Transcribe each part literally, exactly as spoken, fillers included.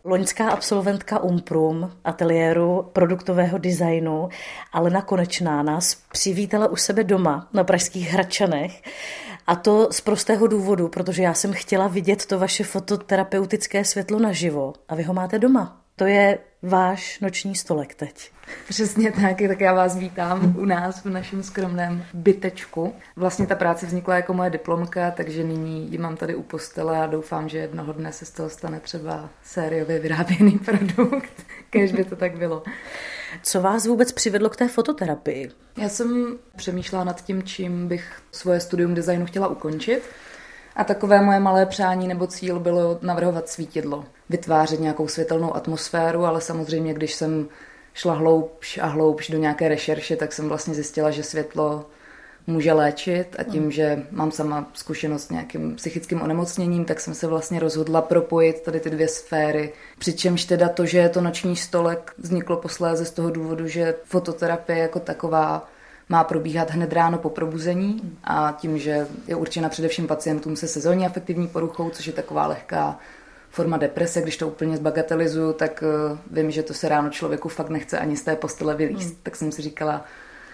Loňská absolventka Umprum, ateliéru produktového designu, Alena Konečná nás přivítala u sebe doma na pražských Hradčanech. A to z prostého důvodu, protože já jsem chtěla vidět to vaše fototerapeutické světlo naživo a vy ho máte doma. To je váš noční stolek teď. Přesně tak, tak já vás vítám u nás v našem skromném bytečku. Vlastně ta práce vznikla jako moje diplomka, takže nyní ji mám tady u postele a doufám, že jednoho dne se z toho stane třeba sériově vyráběný produkt, kéž by to tak bylo. Co vás vůbec přivedlo k té fototerapii? Já jsem přemýšlela nad tím, čím bych svoje studium designu chtěla ukončit. A takové moje malé přání nebo cíl bylo navrhovat svítidlo, vytvářet nějakou světelnou atmosféru, ale samozřejmě, když jsem šla hloubš a hloubš do nějaké rešerše, tak jsem vlastně zjistila, že světlo může léčit a tím, že mám sama zkušenost s nějakým psychickým onemocněním, tak jsem se vlastně rozhodla propojit tady ty dvě sféry. Přičemž teda to, že je to noční stolek, vzniklo posléze z toho důvodu, že fototerapie jako taková má probíhat hned ráno po probuzení a tím, že je určena především pacientům se sezónní afektivní poruchou, což je taková lehká forma deprese, když to úplně zbagatelizuju, tak uh, vím, že to se ráno člověku fakt nechce ani z té postele vylízt. Hmm. Tak jsem si říkala,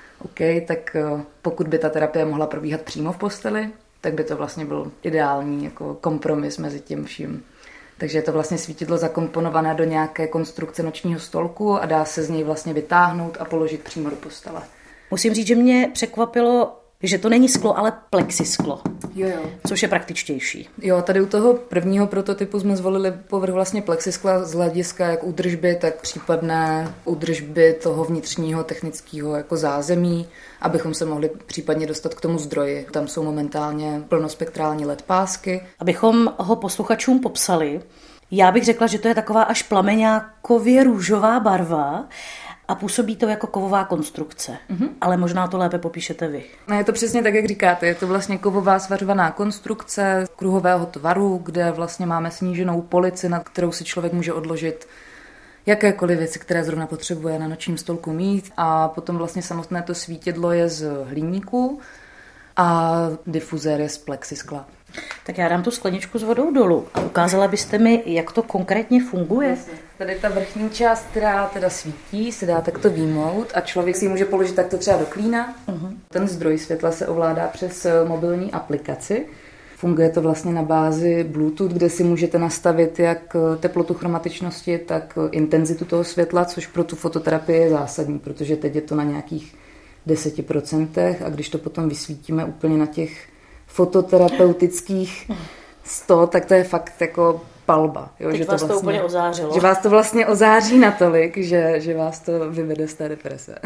OK, tak uh, pokud by ta terapie mohla probíhat přímo v posteli, tak by to vlastně byl ideální jako kompromis mezi tím vším. Takže je to vlastně svítidlo zakomponované do nějaké konstrukce nočního stolku a dá se z něj vlastně vytáhnout a položit přímo do postele. Musím říct, že mě překvapilo, že to není sklo, ale plexisklo, jo, jo. Což je praktičtější. Jo, tady u toho prvního prototypu jsme zvolili povrch vlastně plexiskla z hlediska jak údržby, tak případné údržby toho vnitřního technického jako zázemí, abychom se mohli případně dostat k tomu zdroji. Tam jsou momentálně plnospektrální el é dé pásky. Abychom ho posluchačům popsali, já bych řekla, že to je taková až plameňákově růžová barva, a působí to jako kovová konstrukce. Mm-hmm. Ale možná to lépe popíšete vy. No, je to přesně tak, jak říkáte. Je to vlastně kovová svařovaná konstrukce kruhového tvaru, kde vlastně máme sníženou polici, na kterou si člověk může odložit jakékoliv věci, které zrovna potřebuje na nočním stolku mít. A potom vlastně samotné to svítidlo je z hliníku a difuzér je z plexiskla. Tak já dám tu skleničku s vodou dolů a ukázala byste mi, jak to konkrétně funguje. Tady ta vrchní část, která teda svítí, se dá takto výjmout a člověk si ji může položit takto třeba do klína. Uh-huh. Ten zdroj světla se ovládá přes mobilní aplikaci. Funguje to vlastně na bázi Bluetooth, kde si můžete nastavit jak teplotu chromatičnosti, tak intenzitu toho světla, což pro tu fototerapii je zásadní, protože teď je to na nějakých deset procent a když to potom vysvítíme úplně na těch fototerapeutických sto, tak to je fakt jako palba. Jo, Teď že vás to, vlastně, vlastně, to úplně ozářilo. Že vás to vlastně ozáří natolik, že, že vás to vyvede z té deprese.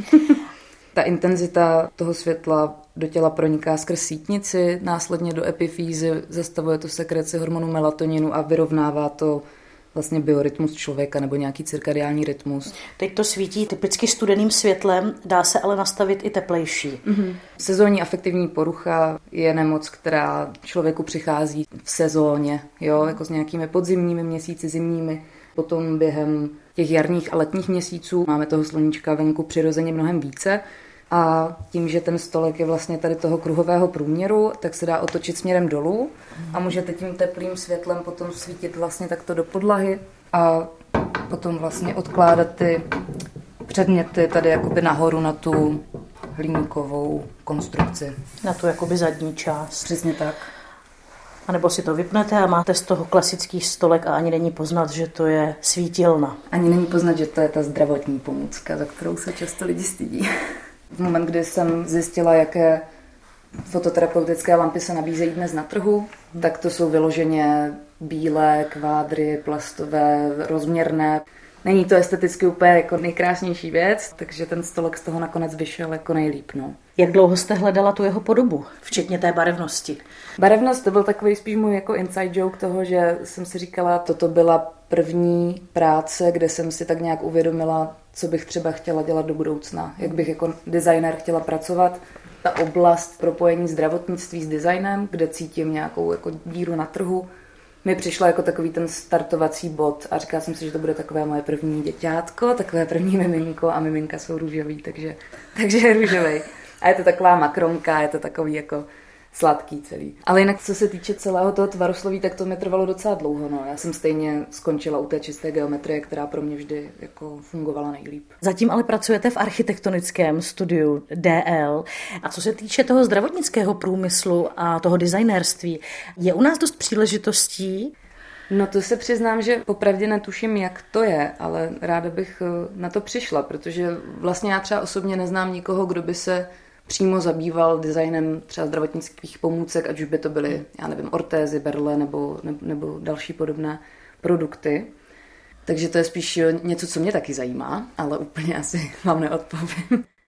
Ta intenzita toho světla do těla proniká skrz sítnici, následně do epifýzy, zastavuje to sekreci hormonu melatoninu a vyrovnává to vlastně biorytmus člověka nebo nějaký cirkadiální rytmus. Teď to svítí typicky studeným světlem, dá se ale nastavit i teplejší. Mm-hmm. Sezónní afektivní porucha je nemoc, která člověku přichází v sezóně, jo, jako s nějakými podzimními měsíci, zimními. Potom během těch jarních a letních měsíců máme toho sluníčka venku přirozeně mnohem více. A tím, že ten stolek je vlastně tady toho kruhového průměru, tak se dá otočit směrem dolů a můžete tím teplým světlem potom svítit vlastně takto do podlahy a potom vlastně odkládat ty předměty tady jakoby nahoru na tu hliníkovou konstrukci. Na tu jakoby zadní část. Přesně tak. A nebo si to vypnete a máte z toho klasický stolek a ani není poznat, že to je svítilna. Ani není poznat, že to je ta zdravotní pomůcka, za kterou se často lidi stydí. V moment, kdy jsem zjistila, jaké fototerapeutické lampy se nabízejí dnes na trhu, tak to jsou vyloženě bílé, kvádry, plastové, rozměrné. Není to esteticky úplně jako nejkrásnější věc, takže ten stolek z toho nakonec vyšel jako nejlíp. No. Jak dlouho jste hledala tu jeho podobu, včetně té barevnosti? Barevnost to byl takový spíš můj jako inside joke toho, že jsem si říkala, toto byla první práce, kde jsem si tak nějak uvědomila, co bych třeba chtěla dělat do budoucna, jak bych jako designer chtěla pracovat. Ta oblast propojení zdravotnictví s designem, kde cítím nějakou jako díru na trhu, mi přišla jako takový ten startovací bod a říkala jsem si, že to bude takové moje první děťátko, takové první miminko a miminka jsou růžový, takže, takže je růžovej. A je to taková makronka, je to takový jako sladký celý. Ale jinak, co se týče celého toho tvarosloví, tak to mi trvalo docela dlouho. No. Já jsem stejně skončila u té čisté geometrie, která pro mě vždy jako fungovala nejlíp. Zatím ale pracujete v architektonickém studiu D L. A co se týče toho zdravotnického průmyslu a toho designérství, je u nás dost příležitostí? No to se přiznám, že popravdě netuším, jak to je, ale ráda bych na to přišla, protože vlastně já třeba osobně neznám nikoho, kdo by se přímo zabýval designem třeba zdravotnických pomůcek, ať už by to byly, já nevím, ortézy, berle nebo, nebo, nebo další podobné produkty. Takže to je spíš něco, co mě taky zajímá, ale úplně asi vám neodpovím.